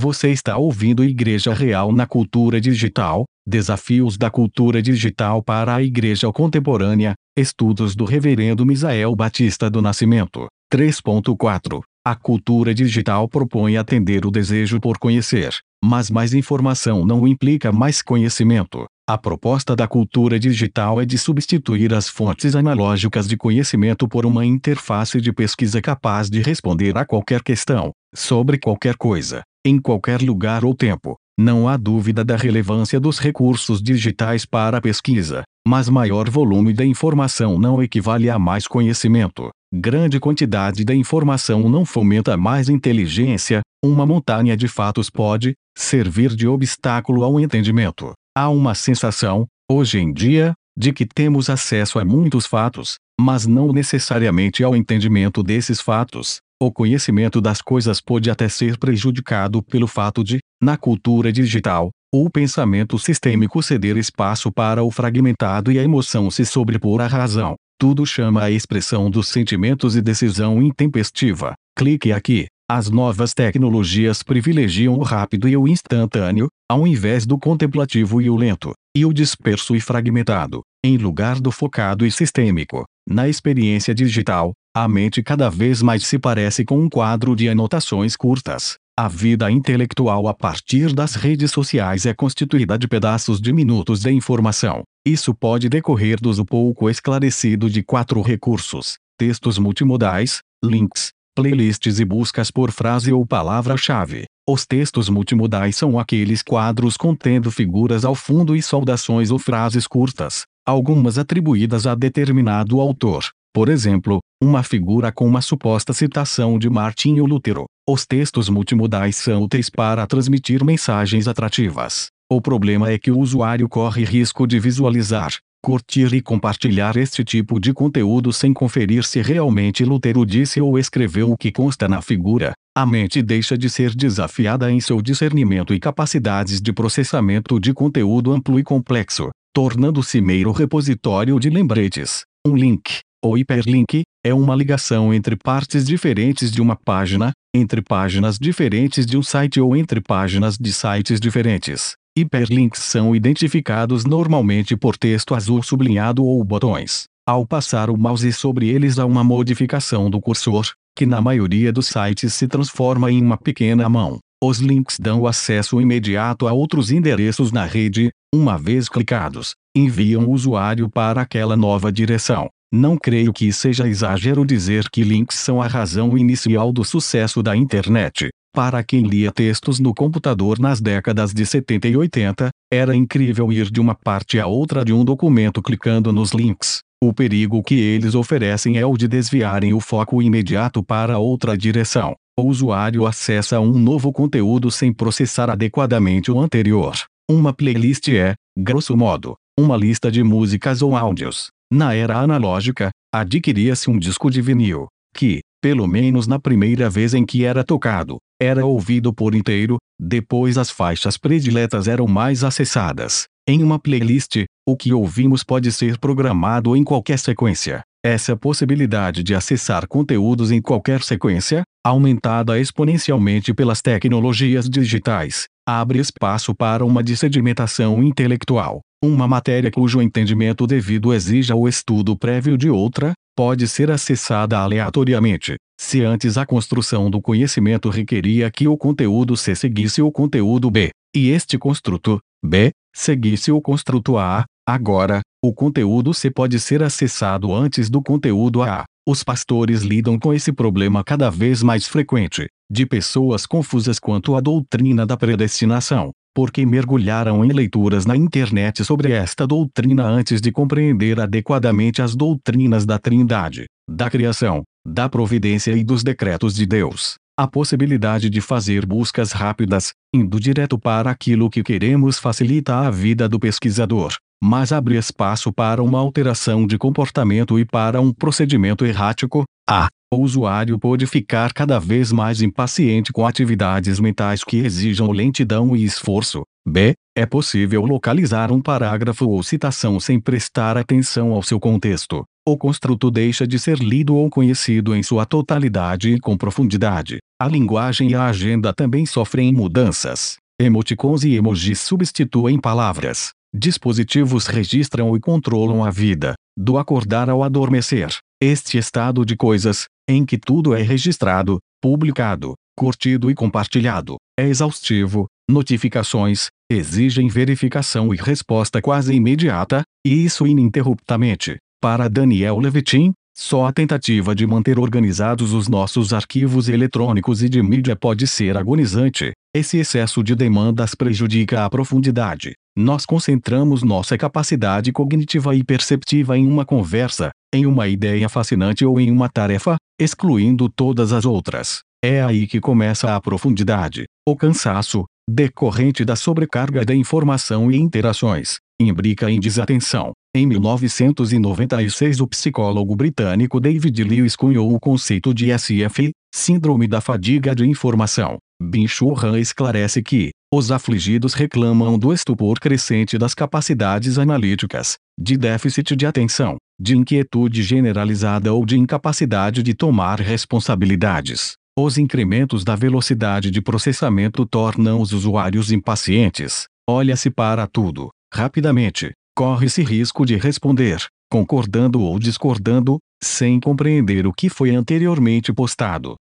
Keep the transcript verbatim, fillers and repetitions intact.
Você está ouvindo Igreja Real na Cultura Digital, Desafios da Cultura Digital para a Igreja Contemporânea, estudos do Reverendo Misael Batista do Nascimento, três ponto quatro. A cultura digital propõe atender o desejo por conhecer, mas mais informação não implica mais conhecimento. A proposta da cultura digital é de substituir as fontes analógicas de conhecimento por uma interface de pesquisa capaz de responder a qualquer questão, sobre qualquer coisa, em qualquer lugar ou tempo. Não há dúvida da relevância dos recursos digitais para a pesquisa, mas maior volume de informação não equivale a mais conhecimento. Grande quantidade de informação não fomenta mais inteligência. Uma montanha de fatos pode servir de obstáculo ao entendimento. Há uma sensação, hoje em dia, de que temos acesso a muitos fatos, mas não necessariamente ao entendimento desses fatos. O conhecimento das coisas pode até ser prejudicado pelo fato de, na cultura digital, o pensamento sistêmico ceder espaço para o fragmentado e a emoção se sobrepor à razão. Tudo chama a expressão dos sentimentos e decisão intempestiva. Clique aqui. As novas tecnologias privilegiam o rápido e o instantâneo, ao invés do contemplativo e o lento, e o disperso e fragmentado, em lugar do focado e sistêmico. Na experiência digital, a mente cada vez mais se parece com um quadro de anotações curtas. A vida intelectual a partir das redes sociais é constituída de pedaços de minutos de informação. Isso pode decorrer do uso pouco esclarecido de quatro recursos: textos multimodais, links, playlists e buscas por frase ou palavra-chave. Os textos multimodais são aqueles quadros contendo figuras ao fundo e saudações ou frases curtas, algumas atribuídas a determinado autor. Por exemplo, uma figura com uma suposta citação de Martinho Lutero. Os textos multimodais são úteis para transmitir mensagens atrativas. O problema é que o usuário corre risco de visualizar, curtir e compartilhar este tipo de conteúdo sem conferir se realmente Lutero disse ou escreveu o que consta na figura. A mente deixa de ser desafiada em seu discernimento e capacidades de processamento de conteúdo amplo e complexo, tornando-se mero repositório de lembretes. Um link, ou hiperlink, é uma ligação entre partes diferentes de uma página, entre páginas diferentes de um site ou entre páginas de sites diferentes. Hiperlinks são identificados normalmente por texto azul sublinhado ou botões. Ao passar o mouse sobre eles há uma modificação do cursor, que na maioria dos sites se transforma em uma pequena mão. Os links dão acesso imediato a outros endereços na rede. Uma vez clicados, enviam o usuário para aquela nova direção. Não creio que seja exagero dizer que links são a razão inicial do sucesso da internet. Para quem lia textos no computador nas décadas de setenta e oitenta, era incrível ir de uma parte a outra de um documento clicando nos links. O perigo que eles oferecem é o de desviarem o foco imediato para outra direção. O usuário acessa um novo conteúdo sem processar adequadamente o anterior. Uma playlist é, grosso modo, uma lista de músicas ou áudios. Na era analógica, adquiria-se um disco de vinil, que, pelo menos na primeira vez em que era tocado, era ouvido por inteiro. Depois as faixas prediletas eram mais acessadas. Em uma playlist, o que ouvimos pode ser programado em qualquer sequência. Essa possibilidade de acessar conteúdos em qualquer sequência, aumentada exponencialmente pelas tecnologias digitais, abre espaço para uma dissedimentação intelectual. Uma matéria cujo entendimento devido exija o estudo prévio de outra, pode ser acessada aleatoriamente. Se antes a construção do conhecimento requeria que o conteúdo C seguisse o conteúdo B, e este construto, B, seguisse o construto A, agora, o conteúdo C pode ser acessado antes do conteúdo A. Os pastores lidam com esse problema cada vez mais frequente, de pessoas confusas quanto à doutrina da predestinação, porque mergulharam em leituras na internet sobre esta doutrina antes de compreender adequadamente as doutrinas da Trindade, da criação, da providência e dos decretos de Deus. A possibilidade de fazer buscas rápidas, indo direto para aquilo que queremos, facilita a vida do pesquisador, mas abre espaço para uma alteração de comportamento e para um procedimento errático. A. O usuário pode ficar cada vez mais impaciente com atividades mentais que exijam lentidão e esforço. B. É possível localizar um parágrafo ou citação sem prestar atenção ao seu contexto. o construto deixa de ser lido ou conhecido em sua totalidade e com profundidade. A linguagem e a agenda também sofrem mudanças. Emoticons e emojis substituem palavras. Dispositivos registram e controlam a vida, do acordar ao adormecer. Este estado de coisas, em que tudo é registrado, publicado, curtido e compartilhado, é exaustivo. Notificações exigem verificação e resposta quase imediata, e isso ininterruptamente. Para Daniel Levitin, só a tentativa de manter organizados os nossos arquivos eletrônicos e de mídia pode ser agonizante. Esse excesso de demandas prejudica a profundidade. Nós concentramos nossa capacidade cognitiva e perceptiva em uma conversa, em uma ideia fascinante ou em uma tarefa, excluindo todas as outras. É aí que começa a profundidade. O cansaço, decorrente da sobrecarga de informação e interações, imbrica em desatenção. Em mil novecentos e noventa e seis, o psicólogo britânico David Lewis cunhou o conceito de S F, Síndrome da Fadiga de Informação. Binchurran esclarece que os afligidos reclamam do estupor crescente das capacidades analíticas, de déficit de atenção, de inquietude generalizada ou de incapacidade de tomar responsabilidades. Os incrementos da velocidade de processamento tornam os usuários impacientes. Olha-se para tudo, rapidamente. Corre-se risco de responder, concordando ou discordando, sem compreender o que foi anteriormente postado.